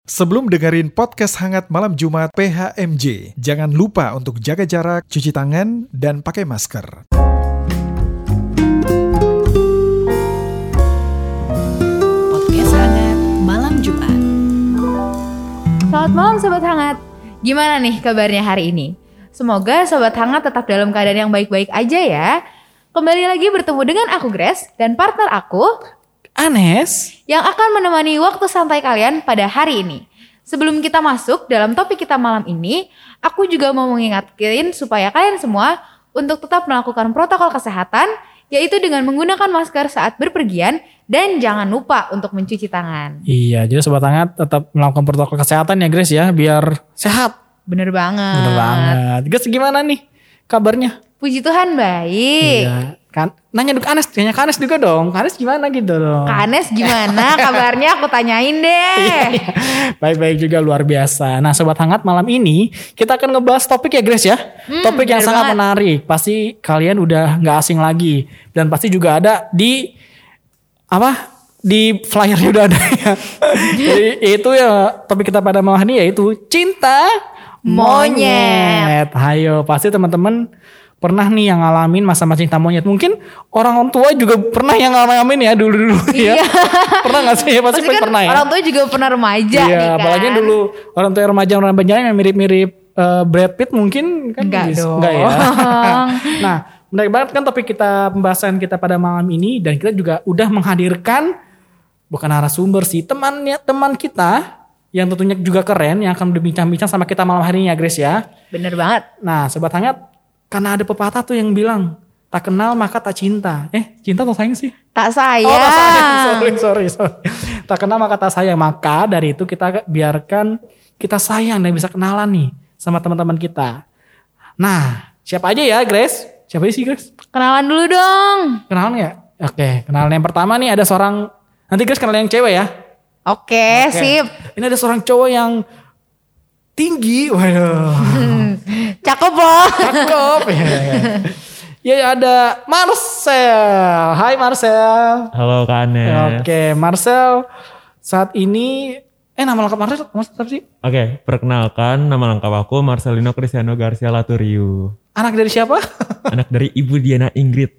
Sebelum dengerin podcast hangat malam Jumat PHMJ, jangan lupa untuk jaga jarak, cuci tangan, dan pakai masker. Podcast hangat malam Jumat. Selamat malam Sobat Hangat. Gimana nih kabarnya hari ini? Semoga Sobat Hangat tetap dalam keadaan yang baik-baik aja ya. Kembali lagi bertemu dengan aku Grace dan partner aku Anes yang akan menemani waktu santai kalian pada hari ini. Sebelum kita masuk dalam topik kita malam ini, aku juga mau mengingatkan supaya kalian semua untuk tetap melakukan protokol kesehatan, yaitu dengan menggunakan masker saat berpergian dan jangan lupa untuk mencuci tangan. Iya, jadi Sobat Hangat tetap melakukan protokol kesehatan ya Grace ya, biar sehat. Bener banget. Bener banget. Grace gimana nih kabarnya? Puji Tuhan baik. Iya, kan nanya dulu Anes, tanya ke Anes juga dong. Anes gimana gitu dong. Kak Anes gimana kabarnya? Aku tanyain deh. Baik-baik juga, luar biasa. Nah Sobat Hangat, malam ini kita akan ngebahas topik ya Grace ya. Topik yang bener sangat banget. menarik. Pasti kalian udah gak asing lagi. Dan pasti juga ada di di flyernya udah ada ya. Jadi itu ya topik kita pada malam ini, yaitu cinta monyet. Ayo, pasti teman-teman pernah nih yang ngalamin masa-masa cinta monyet. Mungkin orang tua juga pernah yang ngalamin ya dulu-dulu ya. Pernah gak sih? Pasti kan pernah ya. orang tua juga pernah remaja nih kan. Apalagi dulu orang tua remaja yang mirip-mirip Brad Pitt mungkin kan. Enggak dong. Enggak ya. Nah, menarik banget kan topik kita, pembahasan kita pada malam ini. Dan kita juga udah menghadirkan bukan narasumber sih, teman kita yang tentunya juga keren, yang akan berbincang-bincang sama kita malam hari ini ya Grace ya. Bener banget. Nah Sobat Hangat, karena ada pepatah tuh yang bilang tak kenal maka tak cinta. Cinta atau sayang sih? Tak sayang. Oh tak sayang, sorry. Tak kenal maka tak sayang. Maka dari itu kita biarkan kita sayang dan bisa kenalan nih sama teman-teman kita. Nah siapa aja ya Grace? Siapa aja sih Grace? Kenalan dulu dong. Kenalan ya? Oke, kenalan yang pertama nih ada seorang, nanti Grace kenalan yang cewek ya. Oke, sip. Ini ada seorang cowok yang tinggi. Waduh. Cakep loh. Cakep. Ya ada Marcel. Hai Marcel. Halo Kak Anes. Oke, Marcel saat ini nama lengkap Marcel apa sih? Oke, perkenalkan nama lengkap aku Marcelino Cristiano Garcia Laturiu. Anak dari siapa? Anak dari Ibu Diana Ingrid.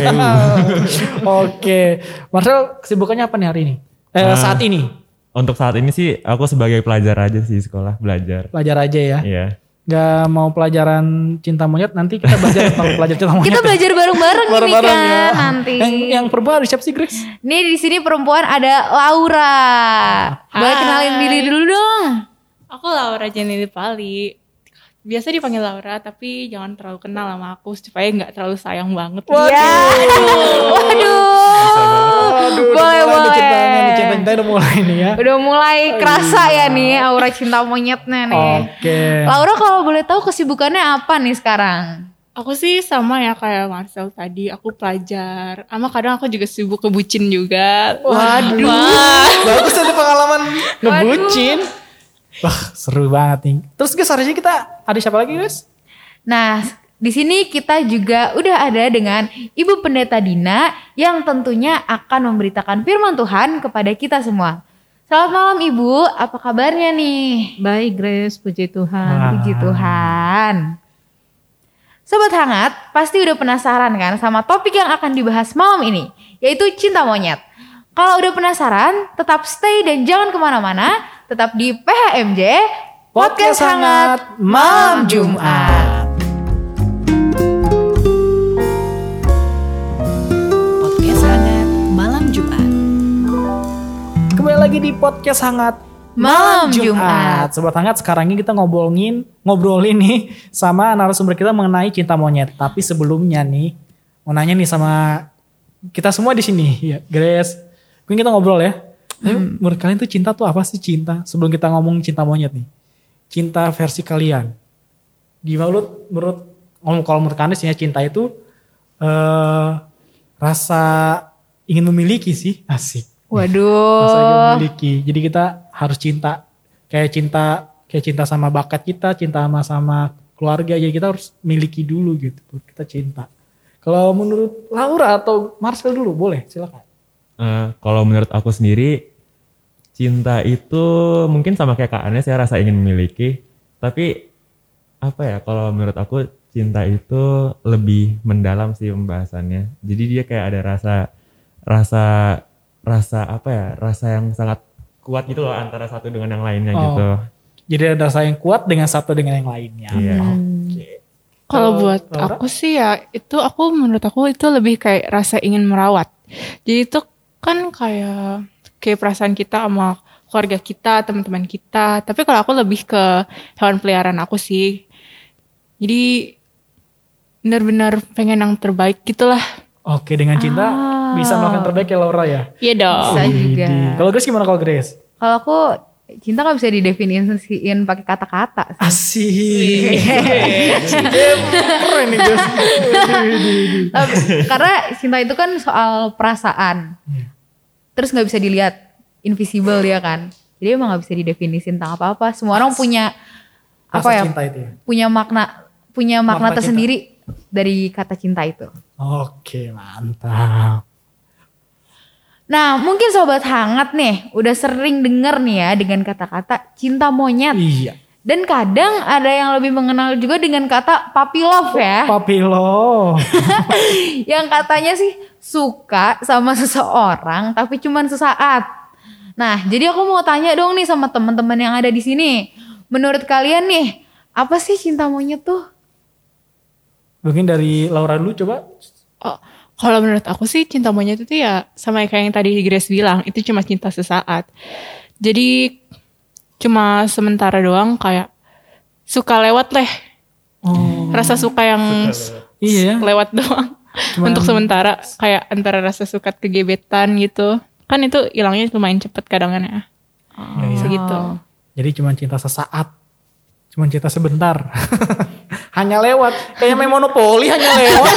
Oke. Marcel kesibukannya apa nih hari ini? Saat ini? Untuk saat ini sih aku sebagai pelajar aja sih, sekolah belajar. Pelajar aja ya? Iya. Gak mau pelajaran cinta monyet, nanti kita belajar tentang pelajar cinta monyet. Kita belajar bareng-bareng ini Bareng-bareng kan ya. nanti. Yang perempuan ada siapa sih Grace? Nih di sini perempuan ada Laura. Boleh Hai. kenalin diri dulu dong. Aku Laura Janili Pali. Biasa dipanggil Laura, tapi jangan terlalu kenal sama aku supaya nggak terlalu sayang banget. Ya. Waduh. Boleh. Cinta udah mulai nih ya. Udah mulai kerasa ya nih aura cinta monyetnya nih. Oke. Laura kalau boleh tahu kesibukannya apa nih sekarang? Aku sih sama ya kayak Marcel tadi, aku pelajar. Sama kadang aku juga sibuk kebucin juga. Waduh. Bagus ada pengalaman ngebucin. Wah, seru banget nih. Terus guys, hari ini kita ada siapa lagi guys? Nah, di sini kita juga udah ada dengan Ibu Pendeta Dina yang tentunya akan memberitakan firman Tuhan kepada kita semua. Selamat malam Ibu, apa kabarnya nih? Baik Grace, puji Tuhan. Puji Tuhan. Sobat Hangat, pasti udah penasaran kan sama topik yang akan dibahas malam ini, yaitu cinta monyet. Kalau udah penasaran, tetap stay dan jangan kemana-mana, tetap di PHMJ, Podcast Hangat Malam Jumat. Podcast hangat malam Jumat. Kembali lagi di podcast hangat Malam Jumat. Sobat Hangat, sekarang ini kita ngobrolin nih sama narasumber kita mengenai cinta monyet. Tapi sebelumnya nih, mau nanya nih sama kita semua di sini, ya Grace. Mungkin kita ngobrol ya. Ayo, menurut kalian tuh cinta tuh apa sih cinta? Sebelum kita ngomong cinta monyet nih, cinta versi kalian. Gimana menurut kalau menurut kalian sih ya, cinta itu rasa ingin memiliki sih, asik. Rasa ingin Waduh. memiliki. Jadi kita harus cinta kayak cinta sama bakat kita, cinta sama keluarga. Jadi kita harus miliki dulu gitu. Kita cinta. Kalau menurut Laura atau Marcel dulu boleh, silakan. Kalau menurut aku sendiri, cinta itu mungkin sama kayak Kak Anes ya, rasa ingin memiliki. Tapi apa ya, kalau menurut aku cinta itu lebih mendalam sih pembahasannya. Jadi dia kayak ada rasa apa ya, rasa yang sangat kuat gitu loh antara satu dengan yang lainnya gitu. Jadi ada rasa yang kuat dengan satu dengan yang lainnya. Iya. Oke. Kalau buat Laura? aku sih ya itu menurut aku itu lebih kayak rasa ingin merawat. Jadi itu kan kayak perasaan kita sama keluarga kita, teman-teman kita. Tapi kalau aku lebih ke hewan peliharaan aku sih. Jadi benar-benar pengen yang terbaik gitulah. Oke, dengan cinta bisa melakukan terbaik ya Laura ya. Iya dong. Bisa juga. Kalau Grace gimana kalau Grace? Kalau aku cinta gak bisa didefinisiin pakai kata-kata sih. Asik. Keren nih Grace. Karena cinta itu kan soal perasaan. Terus gak bisa dilihat, invisible ya kan. Jadi emang gak bisa didefinisin tentang apa-apa. Semua orang punya Rasa cinta itu ya. punya makna Makna tersendiri dari kata cinta itu. Oke, mantap. Nah, mungkin sobat hangat nih udah sering denger nih ya dengan kata-kata cinta monyet. Iya. Dan kadang ada yang lebih mengenal juga dengan kata puppy love ya. Puppy love. Yang katanya sih suka sama seseorang tapi cuman sesaat. Nah, jadi aku mau tanya dong nih sama teman-teman yang ada di sini. Menurut kalian nih, apa sih cinta monyet tuh? Mungkin dari Laura dulu coba. Oh, kalau menurut aku sih cinta monyet itu ya sama kayak yang tadi Grace bilang, itu cuma cinta sesaat. Jadi cuma sementara doang, kayak suka lewat leh. Rasa suka yang Iya. lewat doang. Cuman- Untuk sementara kayak antara rasa suka kegebetan gitu. Kan itu hilangnya lumayan cepet kadang-kadang ya. Segitu. Jadi cuma cinta sesaat. Cuma cinta sebentar. Hanya lewat. Kayak main monopoli hanya lewat.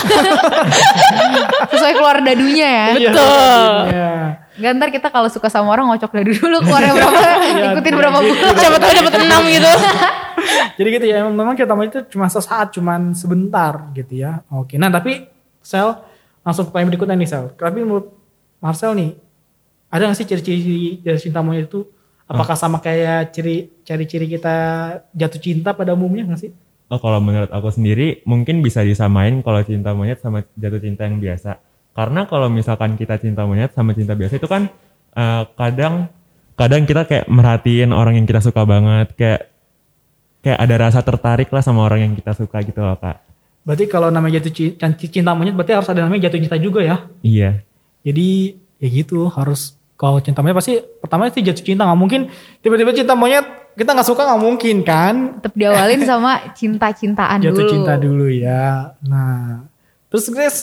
Sesuai keluar dadunya ya. Betul. Iya. Gak ntar kita kalau suka sama orang ngocok dadu dulu keluarnya berapa, ikutin berapa bulan. Siapa tahu dapat 6 gitu. Jadi gitu ya. Memang cinta monyet itu cuma sesaat. Cuma sebentar gitu ya. Oke. Nah tapi Sel. Langsung ke pertanyaan berikutnya nih Sel. Tapi menurut Marcel nih. Ada gak sih ciri-ciri dari cinta monyet itu? Apakah sama kayak ciri-ciri kita jatuh cinta pada umumnya gak sih? Oh, kalau menurut aku sendiri mungkin bisa disamain kalau cinta monyet sama jatuh cinta yang biasa. Karena kalau misalkan kita cinta monyet sama cinta biasa itu kan kadang kita kayak merhatiin orang yang kita suka banget, kayak ada rasa tertarik lah sama orang yang kita suka gitu loh Kak. Berarti kalau namanya jatuh cinta monyet berarti harus ada namanya jatuh cinta juga ya? Iya. Jadi ya gitu harus kalau cinta monyet pasti pertama sih jatuh cinta, nggak mungkin tiba-tiba cinta monyet kita nggak suka, nggak mungkin kan? Tetap diawalin sama cinta-cintaan dulu. Jatuh cinta dulu ya. Nah terus Grace,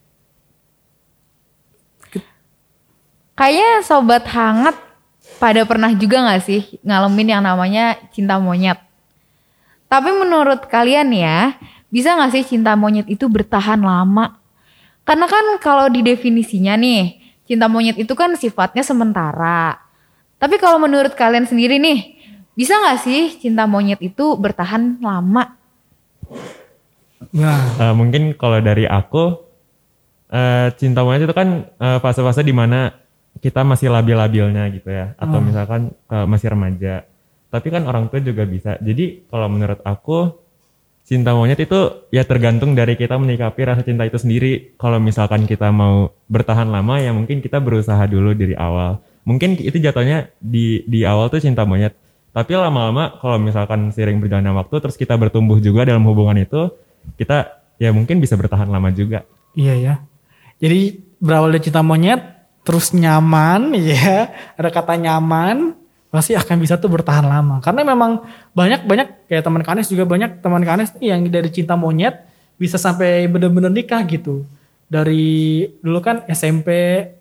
Kayaknya sobat hangat pada pernah juga gak sih ngalamin yang namanya cinta monyet. Tapi menurut kalian ya, bisa gak sih cinta monyet itu bertahan lama? Karena kan kalau di definisinya nih, cinta monyet itu kan sifatnya sementara. Tapi kalau menurut kalian sendiri nih, bisa gak sih cinta monyet itu bertahan lama? nah Mungkin kalau dari aku, cinta monyet itu kan fase-fase di mana kita masih labil-labilnya gitu ya, atau misalkan masih remaja. Tapi kan orang tua juga bisa. Jadi kalau menurut aku cinta monyet itu ya tergantung dari kita menyikapi rasa cinta itu sendiri. Kalau misalkan kita mau bertahan lama ya mungkin kita berusaha dulu dari awal. Mungkin itu jatuhnya di awal tuh cinta monyet. Tapi lama-lama kalau misalkan seiring berjalannya waktu terus kita bertumbuh juga dalam hubungan itu, kita ya mungkin bisa bertahan lama juga. iya ya. Jadi berawal dari cinta monyet terus nyaman ya, ada kata nyaman pasti akan bisa tuh bertahan lama. Karena memang banyak kayak teman Kanes juga, banyak teman Kanes yang dari cinta monyet bisa sampai bener-bener nikah gitu. Dari dulu kan SMP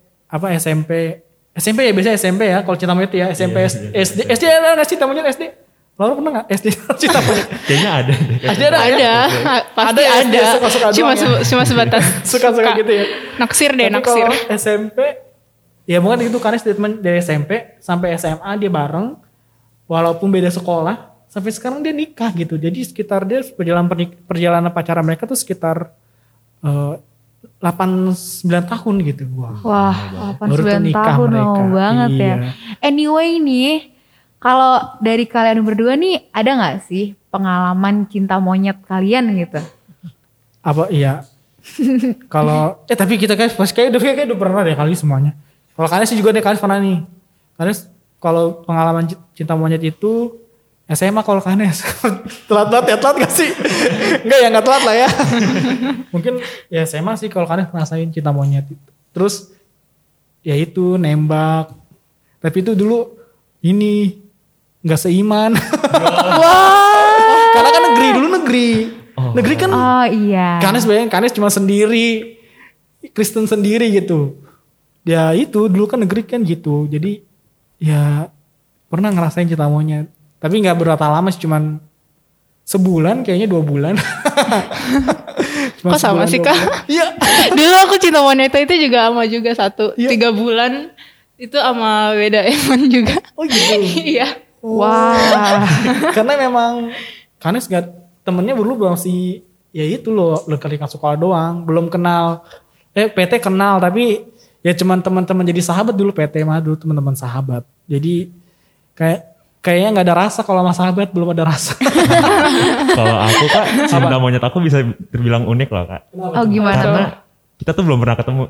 ya, biasanya SMP ya kalau cinta monyet ya, SMP SD ada cinta monyet SD. Lalu pernah gak SD cinta monyet? Kayaknya ada deh. Ada. Pasti ya, ada. suka-suka Cuma doang ya. cuma sebatas Suka-suka gitu ya. Naksir deh, Tapi naksir. kalau SMP, ya mungkin itu karena statement dari SMP sampai SMA dia bareng, walaupun beda sekolah, sampai sekarang dia nikah gitu. Jadi sekitar dia perjalanan pacaran mereka tuh sekitar 8-9 tahun gitu. Wah, Baru tuh 8-9 nikah tahun mereka. lama banget ya. Iya. Anyway nih, kalau dari kalian berdua nih ada gak sih pengalaman cinta monyet kalian gitu? Apa iya? Kalau tapi kita kayak udah pernah deh kali semuanya. Kalau kalian sih juga deh kalian pernah nih. Kalian kalau pengalaman cinta monyet itu SMA kalau kalian telat gak sih? Enggak ya, gak telat lah ya. Mungkin ya SMA sih kalau kalian ngerasain cinta monyet itu. Terus ya itu nembak. Tapi itu dulu ini gak seiman. Karena kan negeri. Negeri kan. Oh iya. Kanis cuma sendiri. Kristen sendiri gitu. Ya itu dulu kan negeri kan gitu. Jadi ya pernah ngerasain cinta monyet. Tapi gak berapa lama sih, cuman sebulan kayaknya 2 bulan. Kok sama sih Kak? Iya. Dulu aku cinta monyet itu juga sama juga 3 bulan. Itu sama beda Eman juga. Oh gitu. Iya. Wah. Karena memang Kanis gak temennya dulu masih ya itu loh, lekalikan sekolah doang, belum kenal. PT kenal tapi ya cuman teman-teman jadi sahabat dulu, PT mah dulu teman-teman sahabat. Jadi kayaknya nggak ada rasa kalau sama sahabat, belum ada rasa. Kalau aku Kak, cinta monyet aku bisa terbilang unik loh Kak. Oh gimana? Karena kita tuh belum pernah ketemu.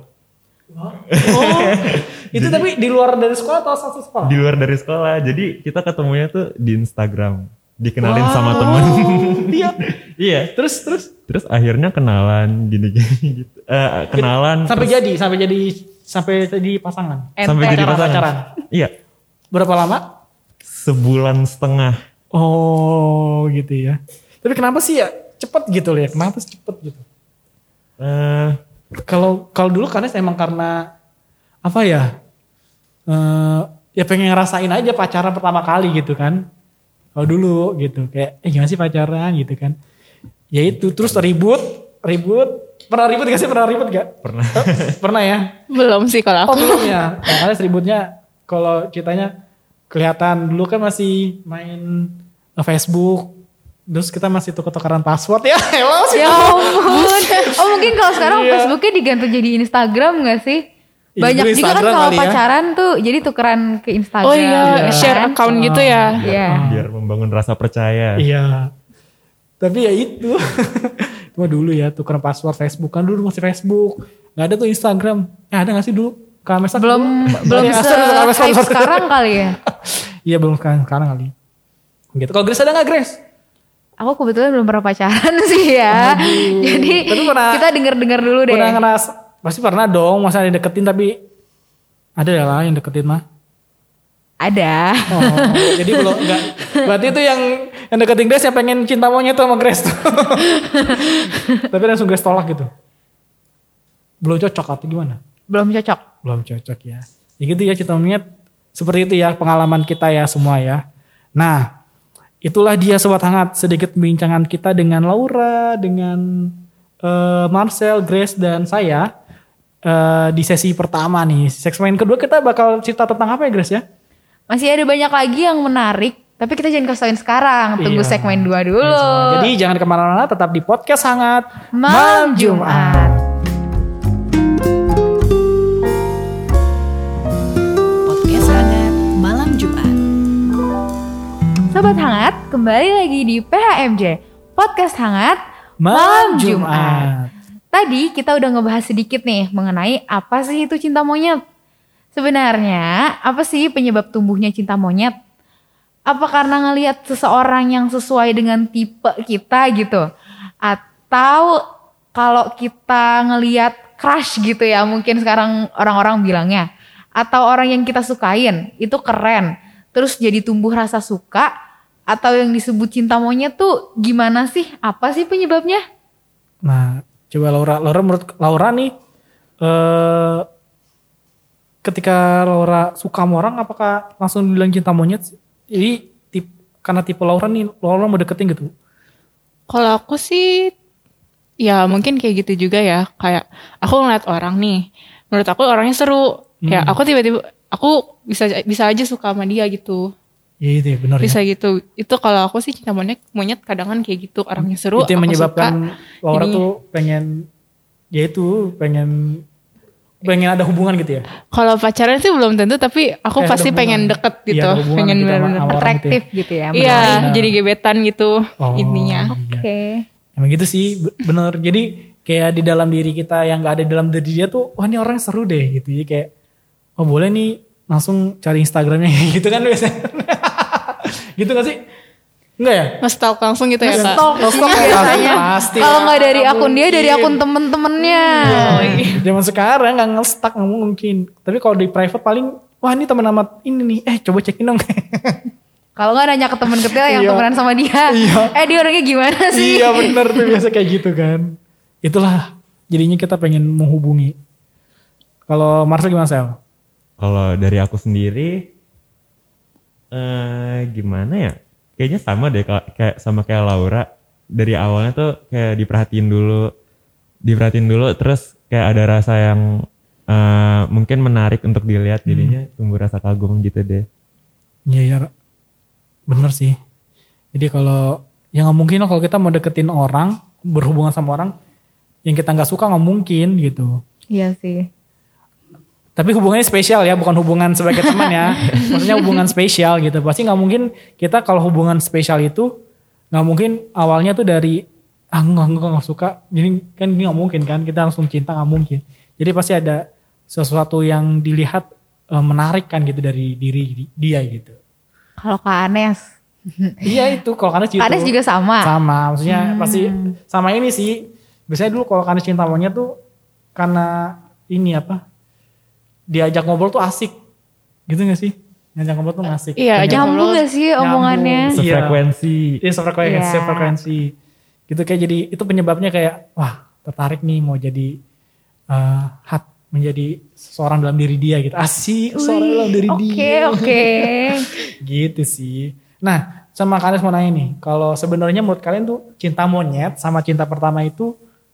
Itu tapi di luar dari sekolah atau satu sekolah? Di luar dari sekolah. Jadi kita ketemunya tuh di Instagram. Dikenalin sama temen. Iya. Terus akhirnya kenalan gini-gini gitu. Kenalan. Sampai jadi pasangan. Sampai jadi pasangan. Pacaran. Iya. Berapa lama? Sebulan setengah. Oh gitu ya. Tapi kenapa sih ya cepet gitu loh ya? Kenapa sih cepet gitu? Kalau dulu kan emang karena apa ya? Ya pengen ngerasain aja pacaran pertama kali gitu kan. Kalau dulu gitu kayak gimana sih pacaran gitu kan. Ya itu terus ribut. Pernah ribut gak sih? Pernah ribut gak? Pernah. Pernah ya? Belum sih kalau Oh aku. belum ya. Makanya ributnya kalau ceritanya kelihatan dulu kan masih main Facebook. Terus kita masih tuker-tukeran password ya. Emang sih. Ya ampun. Oh mungkin kalau sekarang Iya. Facebooknya diganti jadi Instagram gak sih? Banyak Dulu juga kan Instagram kalau kali ya. pacaran tuh jadi tukeran ke Instagram. Oh iya, gitu share kan. account gitu ya. Iya. Biar membangun rasa percaya. Iya. Tapi ya itu. Cuma dulu ya tukeran password Facebook. Kan dulu masih Facebook. Gak ada tuh Instagram. Ada gak sih dulu? Kamesan Belum se-hype sekarang kali ya. Iya belum sekarang kali. Gitu. Kalau Grace ada gak Grace? Aku kebetulan belum pernah pacaran sih ya. Jadi Tapi pernah- kita denger dulu deh. Pernah ngeras? Pasti pernah dong. Masa ada yang deketin tapi ada ya lah yang deketin mah. Ada. Oh, jadi belum enggak. Berarti itu yang deketin Grace yang pengen cinta monyet tuh sama Grace tuh. Tapi langsung Grace tolak gitu. Belum cocok atau gimana? Belum cocok. Belum cocok ya. Ya gitu ya cinta monyet. Seperti itu ya pengalaman kita ya semua ya. Nah, itulah dia Sobat Hangat sedikit pembincangan kita dengan Laura, dengan Marcel, Grace dan saya di sesi pertama nih. Segmen kedua kita bakal cerita tentang apa ya Grace ya? Masih ada banyak lagi yang menarik. Tapi kita jangan kasih tauin sekarang. Tunggu Iya. segmen 2 dulu. Jadi jangan kemana-mana, tetap di podcast Hangat Malam Jumat. Podcast hangat malam Jumat. Sobat Hangat, kembali lagi di PHMJ. Podcast Hangat Malam Jumat. Tadi kita udah ngebahas sedikit nih mengenai apa sih itu cinta monyet. Sebenarnya apa sih penyebab tumbuhnya cinta monyet? Apa karena ngelihat seseorang yang sesuai dengan tipe kita gitu? Atau kalau kita ngelihat crush gitu ya, mungkin sekarang orang-orang bilangnya. Atau orang yang kita sukain, itu keren. Terus jadi tumbuh rasa suka. Atau yang disebut cinta monyet tuh gimana sih? Apa sih penyebabnya? Nah, coba Laura menurut Laura nih, ketika Laura suka sama orang, apakah langsung bilang cinta monyet? Jadi karena tipe Laura nih, Laura mau deketin gitu. Kalau aku sih ya mungkin kayak gitu juga ya. Kayak aku ngeliat orang nih, menurut aku orangnya seru. Ya aku tiba-tiba aku bisa aja suka sama dia gitu. Iya itu ya, benar Bisa ya. gitu. Itu kalau aku sih cinta monyet kadang kan kayak gitu, orangnya seru. Itu yang aku menyebabkan suka. Laura Ini- tuh pengen ya itu pengen ada hubungan gitu ya. Kalau pacaran sih belum tentu, tapi aku Kayak pasti ada pengen hubungan. deket Iya, gitu, ada hubungan pengen gitu sama benar-benar orang Atraktif gitu ya. Iya, Benar. jadi gebetan gitu intinya. Oke. Emang gitu sih, bener. Jadi kayak di dalam diri kita yang gak ada di dalam diri dia tuh, wah ini orang seru deh gitu. Jadi kayak, oh boleh nih langsung cari Instagramnya gitu kan biasanya. Gitu gak sih? Enggak ya? Nge-stalk langsung gitu ya Kak. Stok biasanya. Pasti. Kalau nggak dari akun dia, dari akun temen-temennya. Zaman sekarang gak nge-stuck gak mungkin. Tapi kalau di private paling, wah ini temen sama ini nih, coba cekin dong. Kalau nggak nanya ke temen kecil yang Iya. temenan sama dia. Iya. Dia orangnya gimana sih? Iya bener tuh biasa kayak gitu kan. Itulah jadinya kita pengen menghubungi. Kalau Marcel gimana Sel? Kalau dari aku sendiri, gimana ya? Kayaknya sama deh kayak Laura. Dari awalnya tuh kayak diperhatiin dulu, terus kayak ada rasa yang mungkin menarik untuk dilihat, jadinya tumbuh rasa kagum gitu deh. Iya ya, bener sih. Jadi kalau yang nggak mungkin lah kalau kita mau deketin orang, berhubungan sama orang yang kita nggak suka nggak mungkin gitu. Iya sih. Tapi hubungannya spesial ya, bukan hubungan sebagai teman ya. Maksudnya hubungan spesial gitu. Pasti nggak mungkin kita kalau hubungan spesial itu nggak mungkin awalnya tuh dari nggak suka. Jadi kan ini nggak mungkin kan, kita langsung cinta nggak mungkin. Jadi pasti ada sesuatu yang dilihat menarik kan gitu dari diri dia gitu. Kalau Kak Anes. Iya itu kalau Kanes gitu. Kak Anes juga sama. Sama, maksudnya pasti sama ini sih. Biasanya dulu kalau Kanes cinta monyet tuh karena ini apa? Diajak ngobrol tuh asik. Gitu gak sih? Diajak ngobrol tuh asik. Iya, ajak Nyambung ngobrol. gak sih omongannya? Nyambung. Iya. Sefrekuensi. Iya Iya. sefrekuensi. Gitu kayak jadi itu penyebabnya kayak wah tertarik nih mau jadi menjadi seseorang dalam diri dia gitu. Asik seseorang dalam diri dia. Oke. Gitu sih. Nah sama Kanes mau nanya nih. Kalau sebenarnya menurut kalian tuh cinta monyet sama cinta pertama itu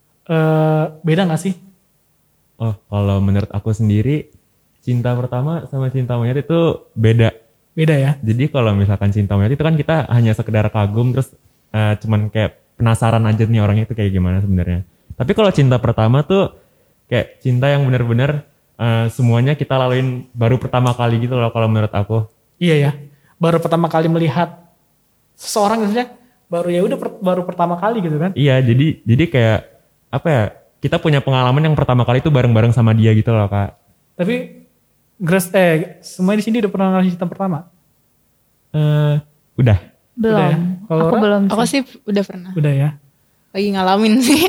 beda gak sih? Oh, kalau menurut aku sendiri, cinta pertama sama cinta monyet itu beda. Beda ya? Jadi kalau misalkan cinta monyet itu kan kita hanya sekedar kagum, terus cuman kayak penasaran aja nih orangnya itu kayak gimana sebenarnya. Tapi kalau cinta pertama tuh kayak cinta yang benar-benar semuanya kita laluin baru pertama kali gitu loh kalau menurut aku. Iya ya. Baru pertama kali melihat seseorang maksudnya baru ya udah baru pertama kali gitu kan? Iya, jadi kayak apa ya? Kita punya pengalaman yang pertama kali itu bareng-bareng sama dia gitu loh, Kak. Tapi Grace semuanya di sini udah pernah ngalamin cinta pertama? Udah. Belum. Udah ya? Kalau Aku Laura? belum. Aku sih udah pernah. Udah ya. Lagi ngalamin sih.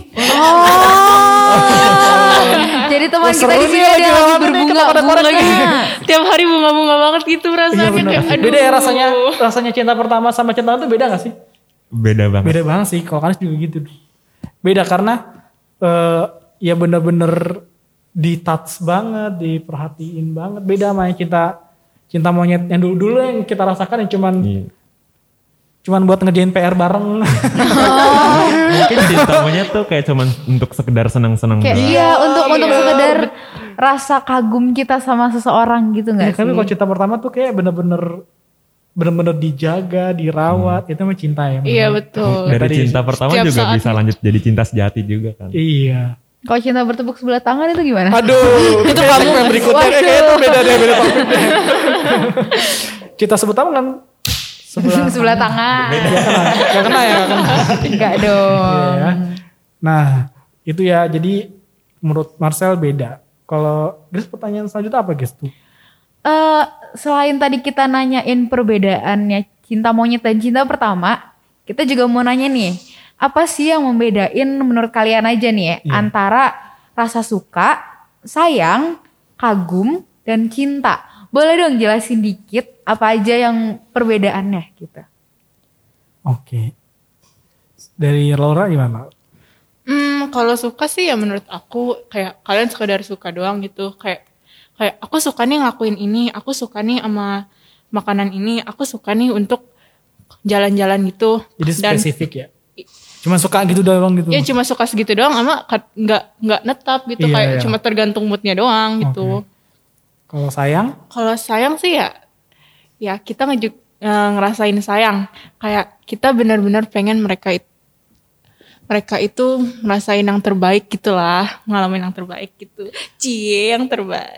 Jadi teman kita seru di sini nih, ada gimana lagi nih, berbunga-bunga. lagi. Tiap hari bunga-bunga banget gitu Iya rasanya. benar. Kayak, aduh. Beda ya rasanya cinta pertama sama cinta itu beda gak sih? Beda banget. Beda banget sih. Kalau Kanis juga gitu. Beda karena ya bener-bener di touch banget, diperhatiin banget. Beda sama yang cinta monyet yang dulu-dulu yang kita rasakan yang cuman buat ngerjain PR bareng. Mungkin cinta monyet tuh kayak cuman untuk sekedar senang-senang Kayak doang. iya untuk sekedar rasa kagum kita sama seseorang gitu Ya, nggak tapi sih? kalau cinta pertama tuh kayak bener-bener dijaga, dirawat, itu mah cinta ya. Iya betul. Dari Tadi cinta pertama setiap juga saat bisa lanjut jadi cinta sejati juga kan. Iya. Kalau cinta bertepuk sebelah tangan itu gimana? Aduh, itu kamu yang berikutnya kayak itu beda topik deh. Cinta sebut tangan kan Sebelah tangan. Gak kena ya, gak kena. Enggak dong. Iya. Nah, itu ya. Jadi menurut Marcel beda. Kalau Grace pertanyaan selanjutnya apa Grace tuh? Selain tadi kita nanyain perbedaannya cinta monyet dan cinta pertama, kita juga mau nanya nih, apa sih yang membedain menurut kalian aja nih ya, antara rasa suka, sayang, kagum, dan cinta? Boleh dong jelasin dikit apa aja yang perbedaannya gitu. Oke. Dari Laura gimana? Kalau suka sih ya menurut aku kayak kalian sekedar suka doang gitu. Kayak aku suka nih ngelakuin ini, aku suka nih sama makanan ini, aku suka nih untuk jalan-jalan gitu. Jadi Dan spesifik ya? Cuma suka gitu doang gitu? ya cuma suka segitu doang sama nggak netap gitu. Iya, Kayak iya. cuma tergantung moodnya doang gitu. Oke. Kalau sayang? Kalau sayang sih ya kita ngerasain sayang. Kayak kita benar-benar pengen mereka mereka itu ngerasain yang terbaik gitulah, ngalamin yang terbaik gitu. Cie, yang terbaik.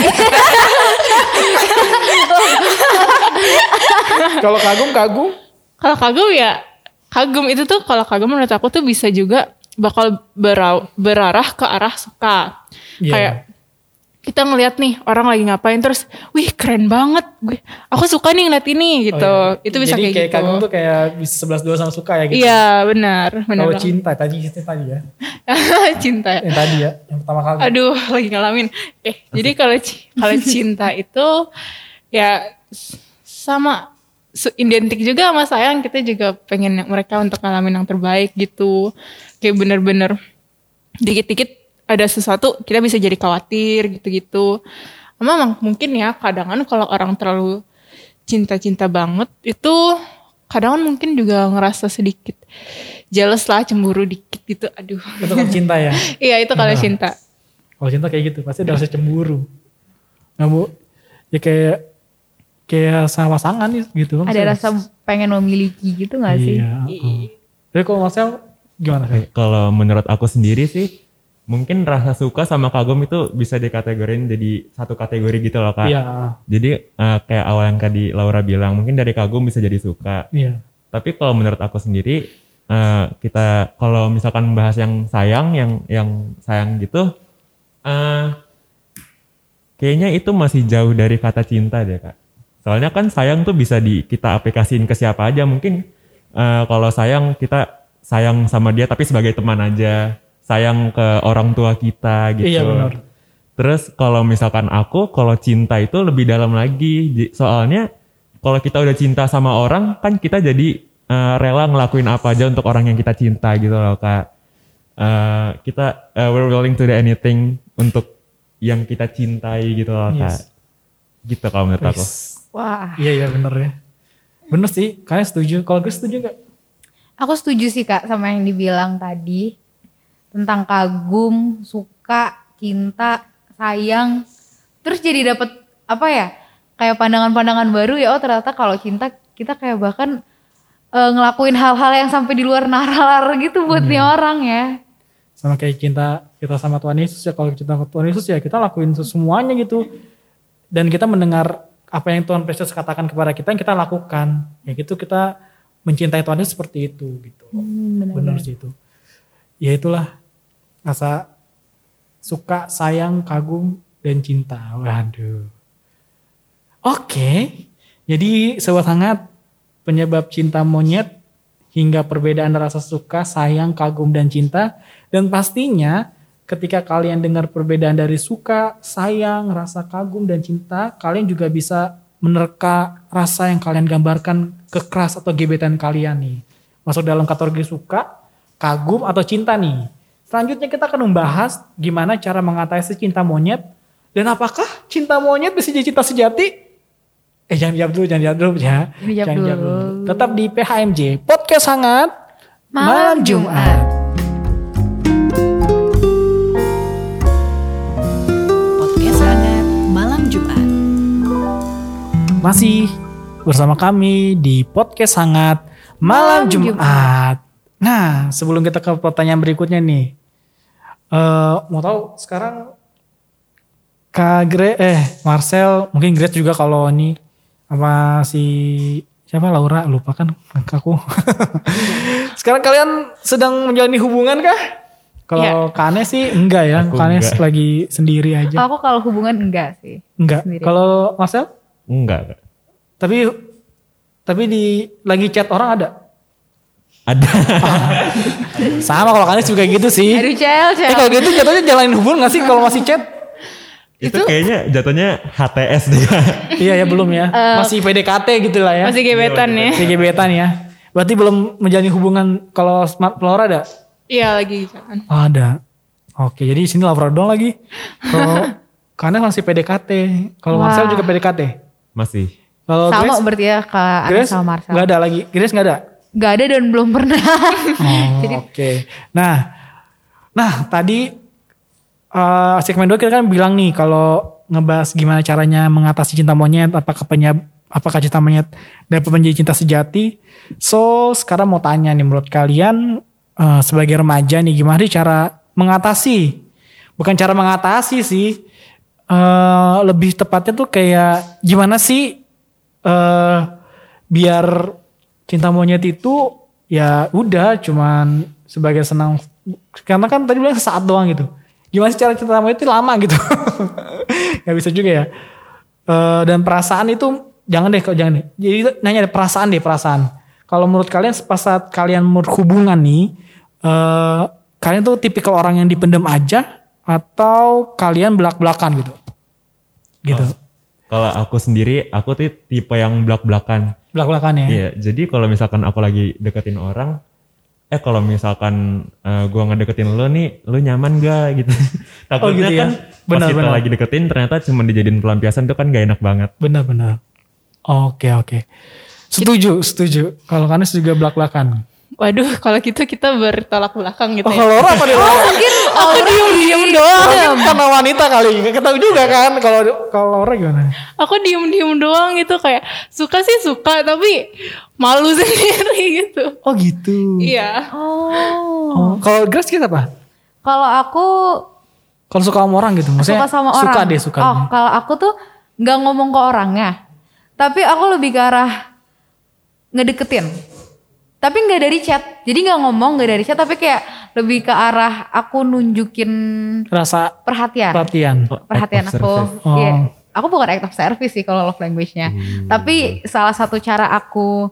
Kalau kagum Kalau kagum ya, kagum itu tuh kalau kagum menurut aku tuh bisa juga bakal berarah ke arah suka. Iya. Kayak kita ngelihat nih orang lagi ngapain terus, wih keren banget, aku suka nih ngeliat ini gitu. Oh, iya. Itu bisa jadi kayak gitu. kagum tuh kayak bisa 11-2 sama suka ya gitu. Iya benar. Kalau cinta tadi ya. Cinta. Yang tadi ya, yang pertama kali. Aduh, lagi ngalamin. Jadi kalau cinta itu ya sama identik juga sama sayang, kita juga pengen mereka untuk ngalamin yang terbaik gitu. Kayak bener-bener dikit-dikit ada sesuatu kita bisa jadi khawatir gitu-gitu. Emang mungkin ya kadang-kadang kalau orang terlalu cinta-cinta banget itu kadang mungkin juga ngerasa sedikit jealous lah, cemburu dikit gitu. Aduh. Itu kan cinta ya. Iya itu kalau cinta. Kalau cinta kayak gitu pasti ada rasa cemburu. Nah Bu, ya kayak sama pasangan gitu. Ada rasa pengen memiliki gitu gak sih? Iya. Tapi kalau Marcel gimana sih? Kalau menurut aku sendiri sih, mungkin rasa suka sama kagum itu bisa dikategorin jadi satu kategori gitu loh Kak. Iya. Jadi kayak awal yang tadi Laura bilang, mungkin dari kagum bisa jadi suka. Iya. Tapi kalau menurut aku sendiri, kita kalau misalkan membahas yang sayang gitu, kayaknya itu masih jauh dari kata cinta deh Kak. Soalnya kan sayang tuh bisa kita aplikasiin ke siapa aja. Mungkin kalau sayang kita sayang sama dia tapi sebagai teman aja. Sayang ke orang tua kita gitu. Iya benar. Terus kalau misalkan kalau cinta itu lebih dalam lagi. Soalnya kalau kita udah cinta sama orang kan kita jadi rela ngelakuin apa aja untuk orang yang kita cinta gitu loh Kak. Kita we're willing to do anything untuk yang kita cintai gitu loh Kak. Gitu kalau menurut aku. Wah. Iya benar ya. Bener sih, kalian setuju? Kalau gue setuju gak? Aku setuju sih Kak sama yang dibilang tadi. Tentang kagum, suka, cinta, sayang. Terus jadi dapet apa ya? Kayak pandangan-pandangan baru ya. Oh ternyata kalau cinta kita kayak bahkan ngelakuin hal-hal yang sampai di luar nalar gitu buat nih orang ya. Sama kayak cinta kita sama Tuhan Yesus ya. Kalau cinta sama Tuhan Yesus ya kita lakuin semuanya gitu. Dan kita mendengar apa yang Tuhan Yesus katakan kepada kita yang kita lakukan. Ya gitu kita mencintai Tuhan Yesus seperti itu gitu. Benar sih itu. Ya itulah rasa suka, sayang, kagum, dan cinta. Waduh. Oke. Jadi sobat hangat, penyebab cinta monyet hingga perbedaan rasa suka, sayang, kagum, dan cinta. Dan pastinya ketika kalian dengar perbedaan dari suka, sayang, rasa kagum, dan cinta, kalian juga bisa menerka rasa yang kalian gambarkan ke keras atau gebetan kalian nih. Masuk dalam kategori suka, kagum, atau cinta nih. Selanjutnya kita akan membahas gimana cara mengatasi cinta monyet. Dan apakah cinta monyet bisa jadi cinta sejati? Jangan jawab dulu ya. Jangan jawab dulu. Tetap di PHMJ, Podcast Hangat Malam Jumat. Podcast Hangat Malam Jumat. Masih bersama kami di Podcast Hangat Malam Jumat. Nah, sebelum kita ke pertanyaan berikutnya nih. Mau tahu sekarang Marcel, mungkin Grace juga kalau ini sama si siapa Laura, lupa kan aku. Sekarang kalian sedang menjalani hubungan kah? Kalau Kane sih enggak ya, Kane lagi sendiri aja. Aku kalau hubungan enggak sih. Enggak. Kalau Marcel? Enggak. Tapi lagi chat orang ada? Ada. Sama kalau Kanis juga gitu sih. Aduh Cel. Kalau gitu jatuhnya jalanin hubungan gak sih kalau masih chat? Itu kayaknya jatuhnya HTS deh. Iya ya belum ya. Masih PDKT gitu lah ya. Masih gebetan ya. Masih gebetan ya. Berarti belum menjalin hubungan. Kalau Laura ada? Iya lagi kan. Oh, ada. Oke jadi sini Laura doang lagi. Kalau Kanis masih PDKT. Kalau Marcel juga PDKT? Masih. Kalau sama Grace, berarti ya ke Anis sama Marcel. Gak ada lagi. Grace gak ada? Gak ada dan belum pernah. Oke. Nah tadi segmen 2 kita kan bilang nih kalau ngebahas gimana caranya mengatasi cinta monyet, apakah cinta monyet dapat menjadi cinta sejati. So sekarang mau tanya nih menurut kalian sebagai remaja nih gimana sih cara mengatasi? Bukan cara mengatasi sih, lebih tepatnya tuh kayak gimana sih biar cinta monyet itu ya udah cuman sebagai senang, karena kan tadi bilang sesaat doang gitu. Gimana sih cara cinta monyet itu lama gitu? Gak bisa juga ya. Dan perasaan itu jangan deh. Jadi nanya deh perasaan. Kalau menurut kalian pas saat kalian berhubungan nih, kalian tuh tipikal orang yang dipendam aja atau kalian belak-belakan gitu? Gitu. Kalau aku sendiri, aku tuh tipe yang belak-belakan. Belak-belakan ya? Iya, jadi kalau misalkan aku lagi deketin orang, kalau misalkan gua ngedeketin lo nih, lo nyaman gak gitu. Takutnya gitu ya? kan pas kita lagi deketin ternyata cuma dijadiin pelampiasan, itu kan gak enak banget. Benar. Oke. Setuju. Kalau Kanis juga belak-belakan. Waduh, kalau gitu kita bertolak belakang gitu ya. Kalau Laura apa dia? Mungkin Aku diem doang. Mungkin karena wanita kali, gak tahu juga kan. Kalau Laura gimana? Aku diem doang gitu, kayak suka sih suka tapi malu sendiri gitu. Oh gitu. Iya. Oh. Kalau Grace kita apa? kalau aku Kalau suka sama orang gitu, maksudnya suka sama orang. Suka. Oh, kalau aku tuh nggak ngomong ke orangnya, tapi aku lebih ke arah ngedeketin. Tapi nggak dari chat, jadi nggak ngomong, nggak dari chat, tapi kayak lebih ke arah aku nunjukin Rasa perhatian Act of aku. service. Oh. Iya. Aku bukan act of service sih kalau love language-nya. Tapi salah satu cara aku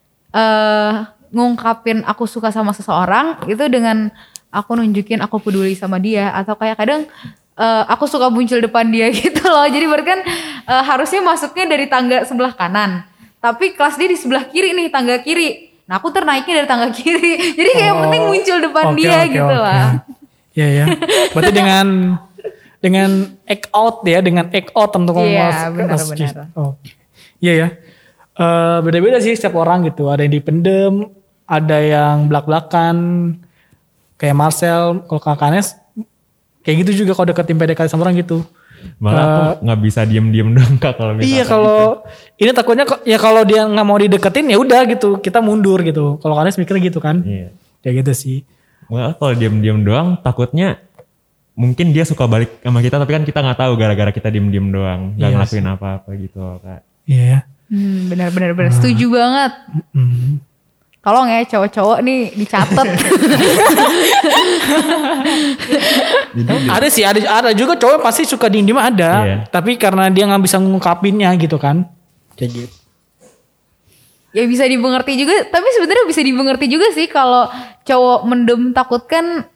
ngungkapin aku suka sama seseorang itu dengan aku nunjukin aku peduli sama dia, atau kayak kadang aku suka muncul depan dia gitu loh. Jadi berarti kan harusnya masuknya dari tangga sebelah kanan, tapi kelas dia di sebelah kiri nih, tangga kiri. Nah aku ternaiknya dari tangga kiri. Jadi kayak penting muncul depan dia gitu lah. Iya. Berarti dengan act out untuk Iya, benar. Oh. Iya ya. Beda-beda sih setiap orang gitu. Ada yang dipendem, ada yang belak-belakan. Kayak Marcel, kalau Kak Kanes kayak gitu juga kalau deketin PDKT sama orang gitu. Malah aku nggak bisa diem dong Kak kalau misalkan. Iya, kalau ini takutnya ya kalau dia nggak mau dideketin ya udah gitu, kita mundur gitu. Kalau Kanes mikirnya gitu kan? Iya. Ya gitu sih. Malah kalau diem doang takutnya mungkin dia suka balik sama kita, tapi kan kita nggak tahu gara-gara kita diem doang, nggak Iya ngelakuin apa-apa gitu Kak. Iya. Benar. Setuju banget. Tolong ya cowok-cowok nih dicatat. Ada juga cowok pasti suka diem ada. Iya. Tapi karena dia nggak bisa ngungkapinnya gitu kan. Kayak gitu. Ya bisa dimengerti juga, tapi sebenarnya bisa dimengerti juga sih kalau cowok mendem takut kan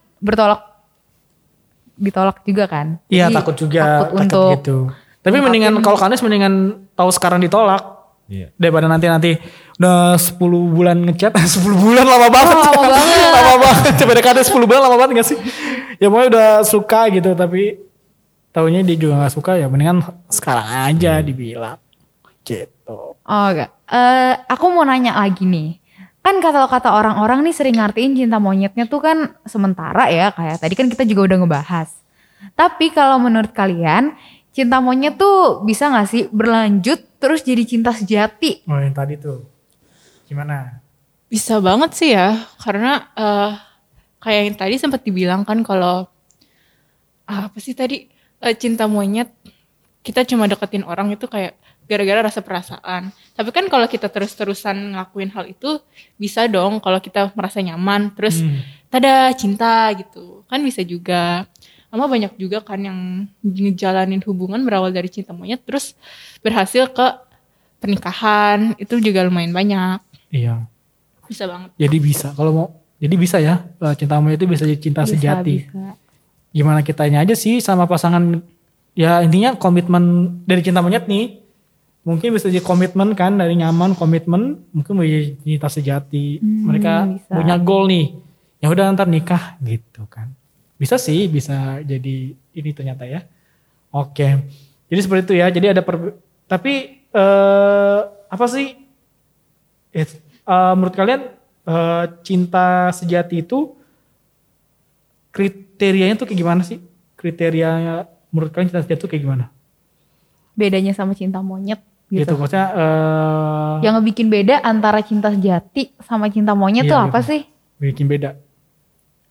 ditolak juga kan. Iya, Jadi takut juga. takut untuk gitu. Tapi mendingan kalau Kanes mendingan tahu sekarang ditolak. Iya. Daripada nanti udah 10 bulan ngechat. 10 bulan lama banget. lama banget. Coba dekatnya 10 bulan lama banget gak sih? Ya pokoknya udah suka gitu, tapi taunya dia juga gak suka, ya mendingan sekarang aja dibilang. Gitu. Oh enggak. Aku mau nanya lagi nih. Kan kata orang-orang nih sering ngartiin cinta monyetnya tuh kan sementara ya, kayak tadi kan kita juga udah ngebahas. Tapi kalau menurut kalian, cinta monyet tuh bisa gak sih berlanjut terus jadi cinta sejati? Oh yang tadi tuh. Gimana? Bisa banget sih ya, karena kayak yang tadi sempat dibilang kan kalau apa sih tadi cinta monyet kita cuma deketin orang itu kayak gara-gara rasa perasaan. Tapi kan kalau kita terus-terusan ngelakuin hal itu bisa dong kalau kita merasa nyaman terus tada cinta gitu. Kan bisa juga. Sama banyak juga kan yang ngejalanin hubungan berawal dari cinta monyet terus berhasil ke pernikahan, itu juga lumayan banyak. Iya. Bisa banget. Jadi bisa. Kalau mau, jadi bisa ya. Cinta monyet itu bisa jadi cinta sejati. Bisa. Gimana kitanya aja sih sama pasangan. Ya intinya komitmen dari cinta monyet nih. Mungkin bisa jadi komitmen kan, dari nyaman komitmen. Mungkin mau jadi cinta sejati. Mereka bisa. punya goal nih. Ya udah ntar nikah gitu kan. Bisa sih, bisa jadi ini ternyata ya. Oke. Jadi seperti itu ya. Jadi ada tapi apa sih? Menurut kalian cinta sejati itu kriterianya tuh kayak gimana sih? Kriterianya menurut kalian cinta sejati itu kayak gimana? Bedanya sama cinta monyet gitu. Maksudnya Yang ngebikin beda antara cinta sejati sama cinta monyet Iya, tuh apa gitu. sih? bikin beda.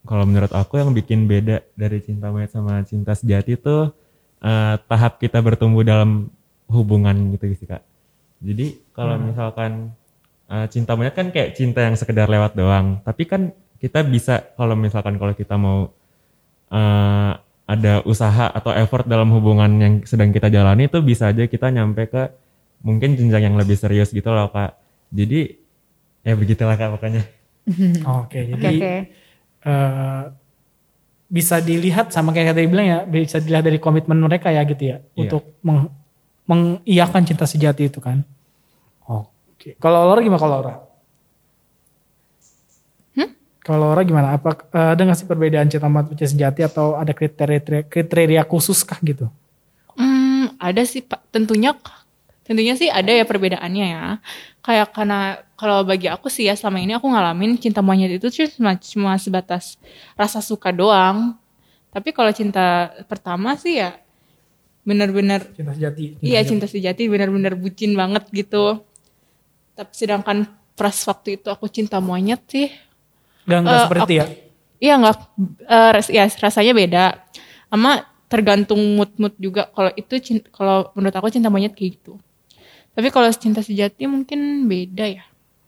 Kalau menurut aku yang bikin beda dari cinta monyet sama cinta sejati itu tahap kita bertumbuh dalam hubungan gitu sih Kak. Jadi kalau misalkan cinta monyet kan kayak cinta yang sekedar lewat doang. Tapi kan kita bisa kalau kita mau ada usaha atau effort dalam hubungan yang sedang kita jalani itu bisa aja kita nyampe ke mungkin jenjang yang lebih serius gitu loh Kak. Jadi ya begitulah Kak pokoknya. Oke, jadi bisa dilihat sama kayak tadi bilang ya, bisa dilihat dari komitmen mereka ya gitu ya, untuk mengiyakan cinta sejati itu kan. Oke, kalau Laura gimana kalau Laura? Kalau Laura gimana? Apa ada nggak sih perbedaan cinta sejati atau ada kriteria khusus kah gitu? Ada sih Pak, tentunya sih ada ya perbedaannya ya. Kayak karena kalau bagi aku sih ya selama ini aku ngalamin cinta monyet itu cuma sebatas rasa suka doang. Tapi kalau cinta pertama sih ya benar-benar cinta sejati. Iya, cinta sejati benar-benar bucin banget gitu. Tapi sedangkan pas waktu itu aku cinta monyet sih Enggak seperti ya? Iya enggak, rasanya beda. Sama tergantung mood juga. Kalau menurut aku cinta monyet kayak gitu. Tapi kalau cinta sejati mungkin beda ya.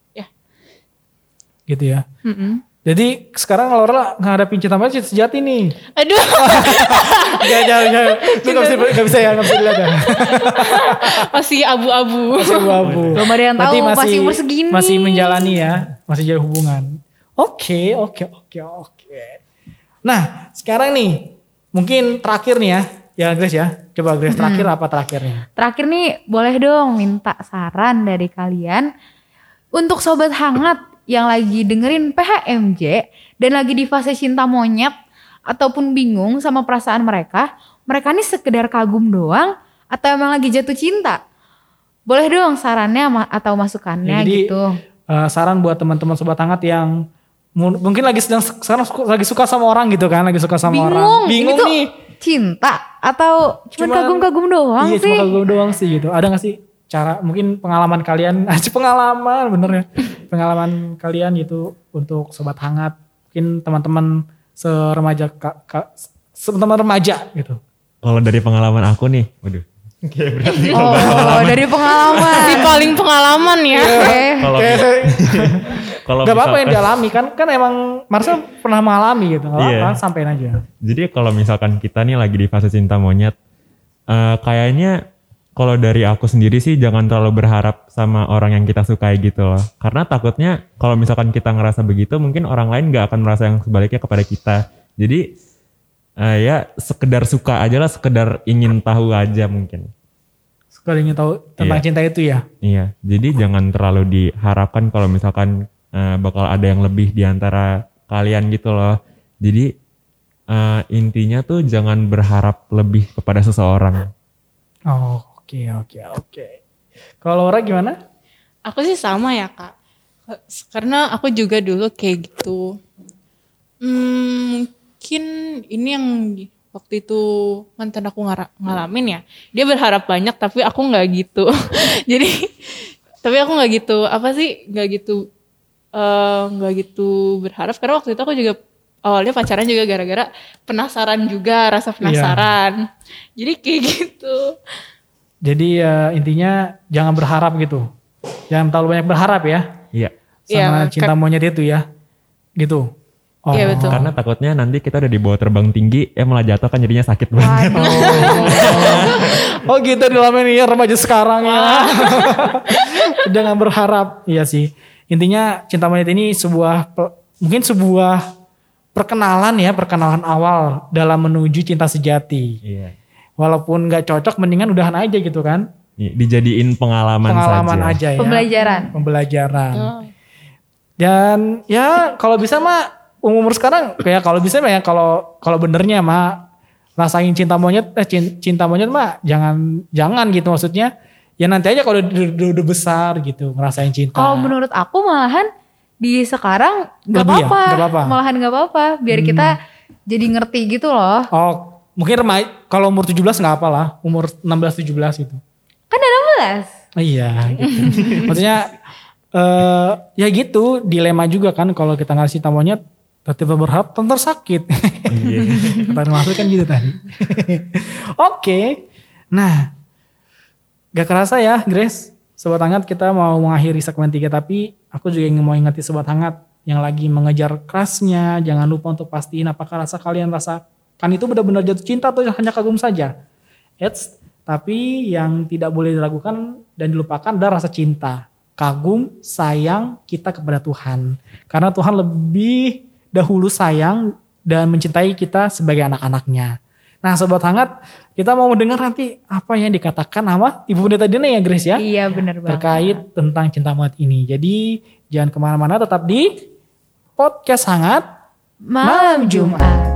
Gitu ya. Jadi sekarang Laura ngadapin cinta monyet cinta sejati nih. Aduh. Jangan. Itu gak bisa dilihat ya. Masih abu-abu. Belum ada yang tahu masih umur segini. Masih menjalani ya. Masih jadi hubungan. Oke. Nah sekarang nih. Mungkin terakhir nih ya. Ya Grace ya. Coba Grace terakhir apa terakhirnya? Terakhir nih boleh dong minta saran dari kalian. Untuk sobat hangat yang lagi dengerin PHMJ dan lagi di fase cinta monyet ataupun bingung sama perasaan mereka nih sekedar kagum doang atau emang lagi jatuh cinta? Boleh dong sarannya atau masukannya ya, jadi, gitu. Saran buat teman-teman sobat hangat yang mungkin sekarang lagi suka sama orang gitu kan, lagi suka sama orang. Bingung nih. Cinta atau cuma kagum-kagum doang sih? Iya, cuma kagum doang sih gitu. Ada gak sih cara, mungkin pengalaman kalian, bener ya, pengalaman kalian gitu untuk sobat hangat, mungkin teman-teman teman remaja gitu. Kalau dari pengalaman aku nih, waduh, kayak berarti. Dari pengalaman. Si paling pengalaman ya. Kalau gak apa-apa yang dialami kan emang Marcel pernah mengalami gitu, gak apa-apa, sampein aja. Jadi kalau misalkan kita nih lagi di fase cinta monyet, kayaknya kalau dari aku sendiri sih jangan terlalu berharap sama orang yang kita sukai gitu loh. Karena takutnya kalau misalkan kita ngerasa begitu, mungkin orang lain gak akan merasa yang sebaliknya kepada kita. Jadi ya sekedar suka aja lah, sekedar ingin tahu aja mungkin. Sekedar ingin tahu tentang cinta itu ya? Iya, jadi jangan terlalu diharapkan kalau misalkan bakal ada yang lebih di antara kalian gitu loh. Jadi intinya tuh jangan berharap lebih kepada seseorang. Oke. Kalau Laura gimana? Aku sih sama ya Kak. Karena aku juga dulu kayak gitu. Mungkin ini yang waktu itu mantan aku ngalamin ya. Dia berharap banyak tapi aku gak gitu. Jadi tapi aku gak gitu. Gak gitu berharap. Karena waktu itu aku juga awalnya pacaran juga gara-gara penasaran juga. Rasa penasaran. Jadi kayak gitu. Jadi intinya jangan berharap gitu. Jangan terlalu banyak berharap ya. Iya. Sama cinta monyet itu ya. Gitu. Iya betul. Karena takutnya nanti kita udah dibawa terbang tinggi, malah jatuh kan jadinya sakit banget. Oh gitu dilamain ya remaja sekarang ya. Jangan berharap. Iya sih. Intinya cinta monyet ini mungkin sebuah perkenalan awal dalam menuju cinta sejati. Iya. Walaupun gak cocok mendingan udahan aja gitu kan. Dijadiin pengalaman aja ya. Pembelajaran. Oh. Dan ya kalau bisa mah umur sekarang kayak kalau bisa mah ya kalau benernya mah rasain cinta monyet mah jangan gitu maksudnya. Ya nanti aja kalau udah besar gitu ngerasain cinta. Kalau menurut aku malahan di sekarang gak apa-apa. Malahan gak apa-apa. Biar kita jadi ngerti gitu loh. Oh. Mungkin kalau umur 17 gak apalah, umur 16-17 gitu. Kan ada 16. Iya gitu. Maksudnya ya gitu dilema juga kan kalau kita ngasih cinta monyet Tiba berharap tentu sakit. Iya. Kata Mas kan gitu tadi. Oke. Nah, gak kerasa ya Grace. Sobat Hangat kita mau mengakhiri segmen 3. Tapi aku juga ingin mau ingati Sobat Hangat yang lagi mengejar kerasnya. Jangan lupa untuk pastiin apakah rasa kalian rasakan itu benar-benar jatuh cinta atau hanya kagum saja. Tapi yang tidak boleh diragukan dan dilupakan adalah rasa cinta. Kagum, sayang kita kepada Tuhan. Karena Tuhan lebih dahulu sayang dan mencintai kita sebagai anak-anaknya. Nah Sobat Hangat, kita mau mendengar nanti apa yang dikatakan sama Ibu Pendeta Dina ya Grace ya? Iya benar banget. Terkait tentang cinta monyet ini. Jadi jangan kemana-mana, tetap di Podcast Hangat Malam Jumat.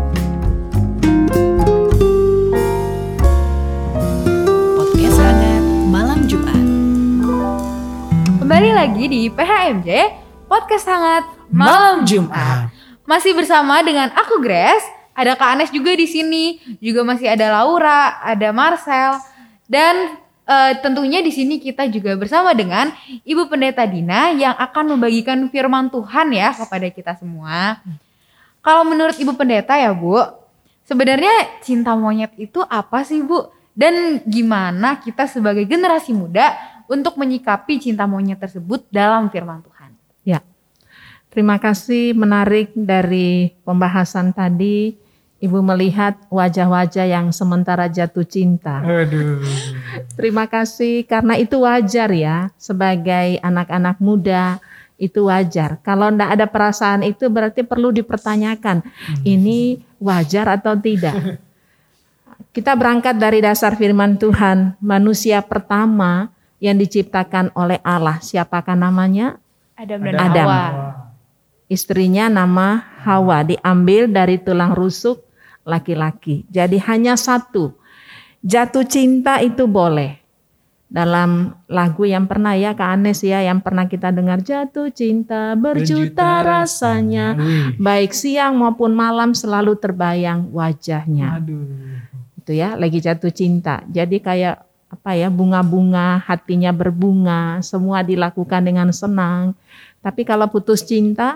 Podcast hangat malam Jumat. Kembali lagi di PHMJ Podcast Hangat Malam Jumat. Masih bersama dengan aku Grace, ada Kak Anes juga di sini, juga masih ada Laura, ada Marcel, dan tentunya di sini kita juga bersama dengan Ibu Pendeta Dina yang akan membagikan firman Tuhan ya kepada kita semua. Kalau menurut Ibu Pendeta ya Bu, sebenarnya cinta monyet itu apa sih Bu? Dan gimana kita sebagai generasi muda untuk menyikapi cinta monyet tersebut dalam firman Tuhan? Ya, terima kasih, menarik dari pembahasan tadi. Ibu melihat wajah-wajah yang sementara jatuh cinta. Aduh. Terima kasih, karena itu wajar ya. Sebagai anak-anak muda itu wajar. Kalau tidak ada perasaan itu berarti perlu dipertanyakan. Ini wajar atau tidak? Kita berangkat dari dasar firman Tuhan. Manusia pertama yang diciptakan oleh Allah. Siapakah namanya? Adam dan Adam. Hawa. Istrinya nama Hawa, diambil dari tulang rusuk laki-laki. Jadi hanya satu. Jatuh cinta itu boleh. Dalam lagu yang pernah ya Kak Anes ya, yang pernah kita dengar, jatuh cinta berjuta rasanya. Baik siang maupun malam selalu terbayang wajahnya. Aduh. Itu ya, lagi jatuh cinta. Jadi kayak apa ya, bunga-bunga, hatinya berbunga, semua dilakukan dengan senang. Tapi kalau putus cinta,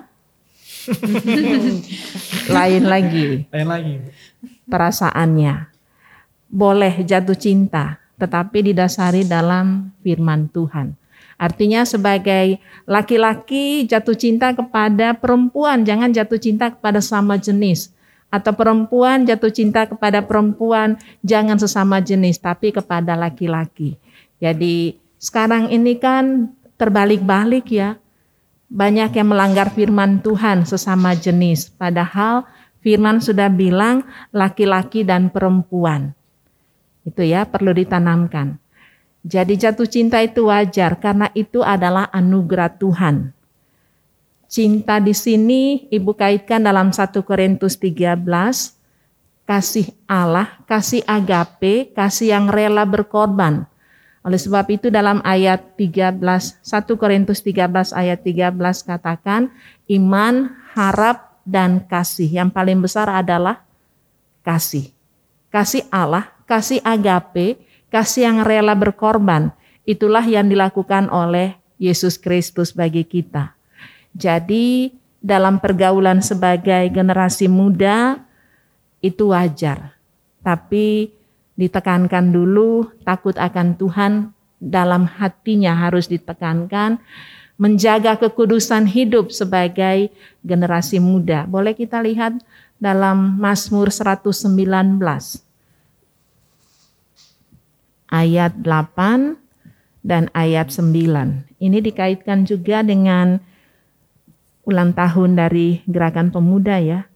lain lagi perasaannya. Boleh jatuh cinta, tetapi didasari dalam firman Tuhan. Artinya sebagai laki-laki jatuh cinta kepada perempuan, jangan jatuh cinta kepada sama jenis. Atau perempuan jatuh cinta kepada perempuan, jangan sesama jenis, tapi kepada laki-laki. Jadi sekarang ini kan terbalik-balik ya. Banyak yang melanggar firman Tuhan sesama jenis. Padahal firman sudah bilang laki-laki dan perempuan. Itu ya perlu ditanamkan. Jadi jatuh cinta itu wajar karena itu adalah anugerah Tuhan. Cinta di sini Ibu kaitkan dalam 1 Korintus 13. Kasih Allah, kasih agape, kasih yang rela berkorban. Oleh sebab itu dalam ayat 13, 1 Korintus 13 ayat 13 katakan iman, harap, dan kasih. Yang paling besar adalah kasih. Kasih Allah, kasih agape, kasih yang rela berkorban. Itulah yang dilakukan oleh Yesus Kristus bagi kita. Jadi dalam pergaulan sebagai generasi muda itu wajar. Tapi ditekankan dulu, takut akan Tuhan dalam hatinya harus ditekankan, menjaga kekudusan hidup sebagai generasi muda. Boleh kita lihat dalam Mazmur 119 ayat 8 dan ayat 9. Ini dikaitkan juga dengan ulang tahun dari Gerakan Pemuda ya.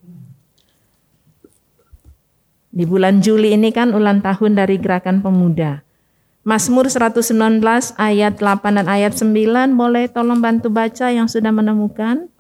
Di bulan Juli ini kan ulang tahun dari Gerakan Pemuda. Mazmur 119 ayat 8 dan ayat 9, boleh tolong bantu baca yang sudah menemukan?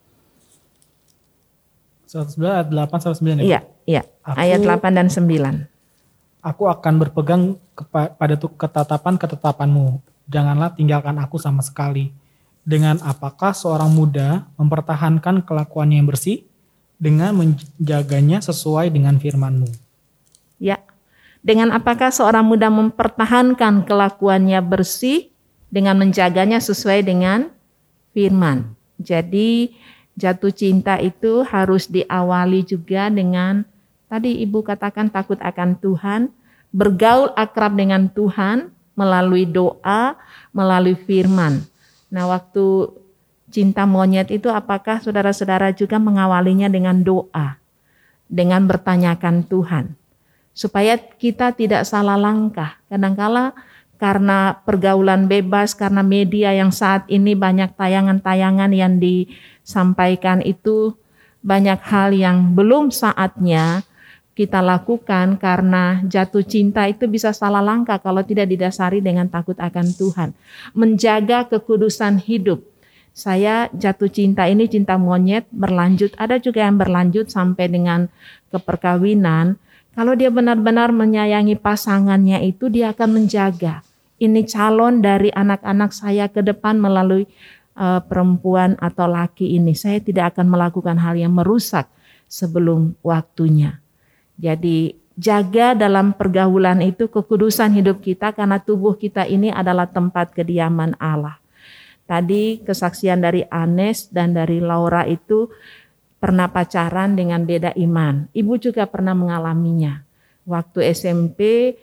109 ayat 8 109 ya? Iya. Ayat 8 dan 9. Aku akan berpegang pada ketetapan-ketetapanmu. Janganlah tinggalkan aku sama sekali. Dengan apakah seorang muda mempertahankan kelakuannya yang bersih? Dengan menjaganya sesuai dengan firman-Mu. Ya, dengan apakah seorang muda mempertahankan kelakuannya bersih dengan menjaganya sesuai dengan firman. Jadi Jatuh cinta itu harus diawali juga dengan tadi Ibu katakan takut akan Tuhan, bergaul akrab dengan Tuhan melalui doa, melalui firman. Nah, waktu cinta monyet itu apakah saudara-saudara juga mengawalinya dengan doa, dengan bertanyakan Tuhan, supaya kita tidak salah langkah. Kadangkala karena pergaulan bebas, karena media yang saat ini banyak tayangan-tayangan yang disampaikan itu, banyak hal yang belum saatnya kita lakukan karena jatuh cinta itu bisa salah langkah kalau tidak didasari dengan takut akan Tuhan. Menjaga kekudusan hidup. Saya jatuh cinta ini cinta monyet berlanjut, ada juga yang berlanjut sampai dengan keperkawinan. Kalau dia benar-benar menyayangi pasangannya itu, dia akan menjaga. Ini calon dari anak-anak saya ke depan melalui perempuan atau laki ini. Saya tidak akan melakukan hal yang merusak sebelum waktunya. Jadi jaga dalam pergaulan itu kekudusan hidup kita karena tubuh kita ini adalah tempat kediaman Allah. Tadi kesaksian dari Anes dan dari Laura itu pernah pacaran dengan beda iman. Ibu juga pernah mengalaminya. Waktu SMP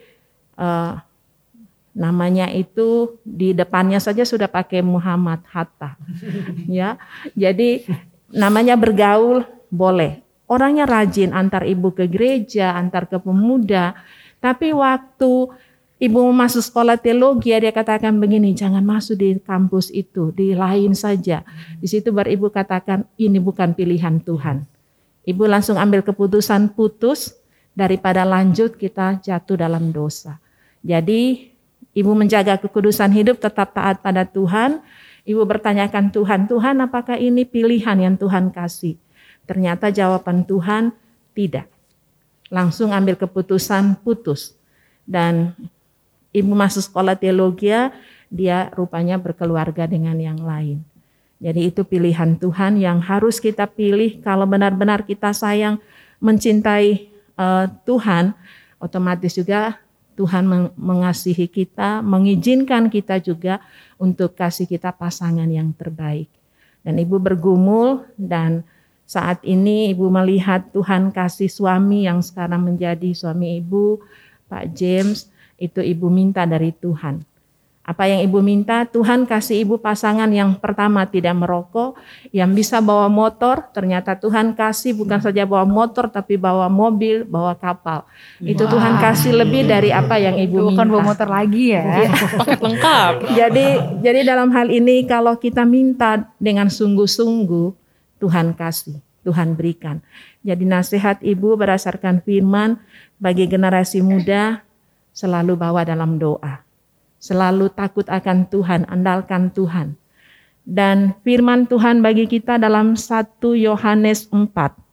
namanya itu di depannya saja sudah pakai Muhammad Hatta. Ya. Jadi namanya bergaul boleh. Orangnya rajin antar ibu ke gereja, antar ke pemuda. Tapi waktu ibu masuk sekolah teologi, dia katakan begini, jangan masuk di kampus itu, di lain saja. Di situ baru ibu katakan, ini bukan pilihan Tuhan. Ibu langsung ambil keputusan putus, daripada lanjut kita jatuh dalam dosa. Jadi ibu menjaga kekudusan hidup, tetap taat pada Tuhan. Ibu bertanyakan Tuhan, Tuhan apakah ini pilihan yang Tuhan kasih? Ternyata jawaban Tuhan tidak. Langsung ambil keputusan putus. Dan ibu masuk sekolah teologi, dia rupanya berkeluarga dengan yang lain. Jadi itu pilihan Tuhan yang harus kita pilih. Kalau benar-benar kita sayang, mencintai Tuhan, otomatis juga Tuhan mengasihi kita, mengizinkan kita juga untuk kasih kita pasangan yang terbaik. Dan ibu bergumul dan saat ini ibu melihat Tuhan kasih suami yang sekarang menjadi suami ibu, Pak James, itu ibu minta dari Tuhan. Apa yang ibu minta? Tuhan kasih ibu pasangan yang pertama tidak merokok, yang bisa bawa motor. Ternyata Tuhan kasih bukan saja bawa motor, tapi bawa mobil, bawa kapal. Itu Tuhan kasih lebih dari apa yang ibu minta. Bukan bawa motor lagi ya. Paket lengkap. Jadi dalam hal ini kalau kita minta dengan sungguh-sungguh, Tuhan kasih, Tuhan berikan. Jadi nasihat ibu berdasarkan firman bagi generasi muda, selalu bawa dalam doa. Selalu takut akan Tuhan, andalkan Tuhan. Dan firman Tuhan bagi kita dalam 1 Yohanes 4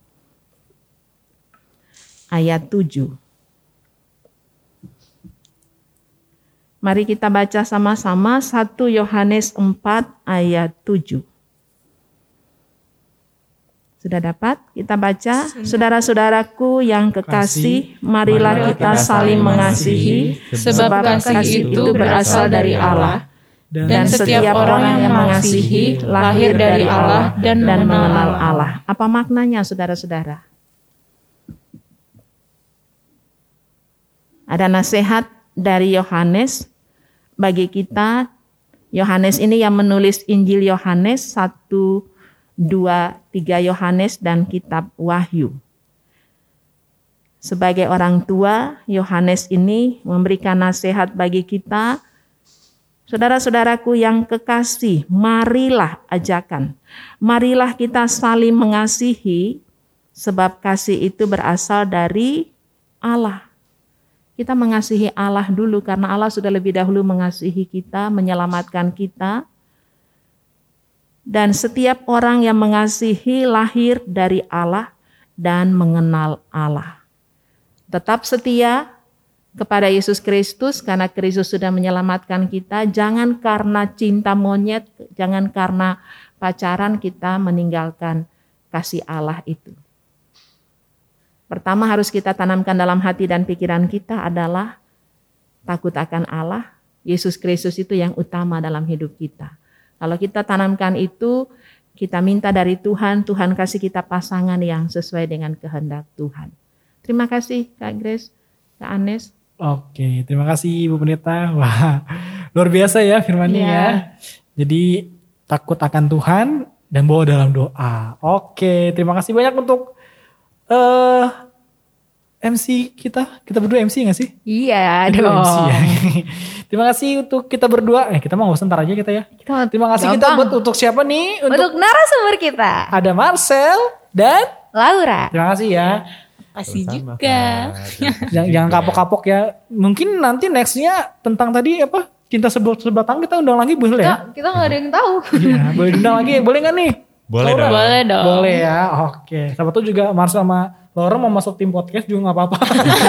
ayat 7. Mari kita baca sama-sama 1 Yohanes 4 ayat 7. Sudah dapat? Kita baca. Saudara-saudaraku yang kekasih, marilah kita saling mengasihi, sebab kasih itu berasal dari Allah. Dan setiap orang yang mengasihi lahir dari Allah dan mengenal Allah. Apa maknanya saudara-saudara? Ada nasihat dari Yohanes bagi kita. Yohanes ini yang menulis Injil Yohanes 1, 2, 3 Yohanes dan kitab Wahyu. Sebagai orang tua, Yohanes ini memberikan nasihat bagi kita. Saudara-saudaraku yang kekasih, marilah ajakan. Marilah kita saling mengasihi, sebab kasih itu berasal dari Allah. Kita mengasihi Allah dulu karena Allah sudah lebih dahulu mengasihi kita, menyelamatkan kita. Dan setiap orang yang mengasihi lahir dari Allah dan mengenal Allah. Tetap setia kepada Yesus Kristus karena Kristus sudah menyelamatkan kita. Jangan karena cinta monyet, jangan karena pacaran kita meninggalkan kasih Allah itu. Pertama harus kita tanamkan dalam hati dan pikiran kita adalah takut akan Allah. Yesus Kristus itu yang utama dalam hidup kita. Kalau kita tanamkan itu, Kita minta dari Tuhan, Tuhan kasih kita pasangan yang sesuai dengan kehendak Tuhan. Terima kasih Kak Grace, Kak Anes. Oke, terima kasih Ibu Pendeta. Wah, luar biasa ya firman-Nya ya. Jadi takut akan Tuhan dan bawa dalam doa. Oke, terima kasih banyak untuk MC kita. Kita berdua MC gak sih? Iya Kita dong. MC ya. Terima kasih untuk kita berdua. Kita mau sebentar aja kita ya. Terima kasih kita buat untuk siapa nih? Untuk narasumber kita. Ada Marcel dan Laura. terima kasih ya. Kasih Sama-sama, juga. Kak. Jangan kapok-kapok ya. Mungkin nanti nextnya tentang tadi apa? Cinta sebatang kita undang lagi boleh ya? Kita gak ada yang tahu. Iya, boleh diundang lagi. Boleh gak nih? Boleh Laura? dong. Boleh dong. Boleh ya. Oke. Siapa tuh juga Marcel sama Laura mau masuk tim podcast juga gak apa-apa.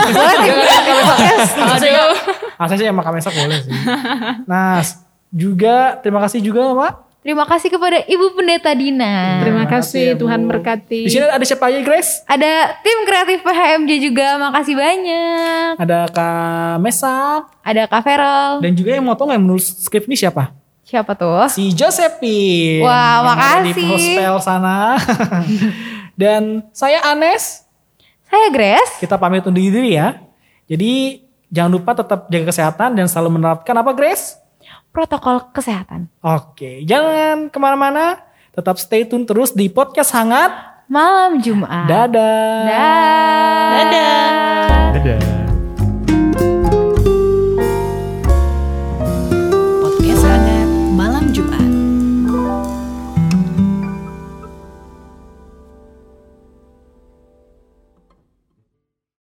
Aduh. Asal sih sama Kak Mesak boleh sih. Nah, juga terima kasih juga Mak. Terima kasih kepada Ibu Pendeta Dina. Terima kasih, ya, Bu. Tuhan berkati. Di sini ada siapa aja Grace? Ada tim kreatif PHMJ juga, makasih banyak. Ada Kak Mesak. Ada Kak Ferel. Dan juga yang motong yang menulis skrip ini siapa? Siapa tuh? Si Josephine. Wah, yang ada di makasih. Hospel sana. Dan saya Anes. Saya Grace. Kita pamit undur diri ya. Jadi jangan lupa tetap jaga kesehatan dan selalu menerapkan apa Grace? Protokol kesehatan. Oke, jangan kemana-mana. Tetap stay tune terus di podcast hangat. Malam Jumat. Dadah. Dadah. Dadah. Dadah.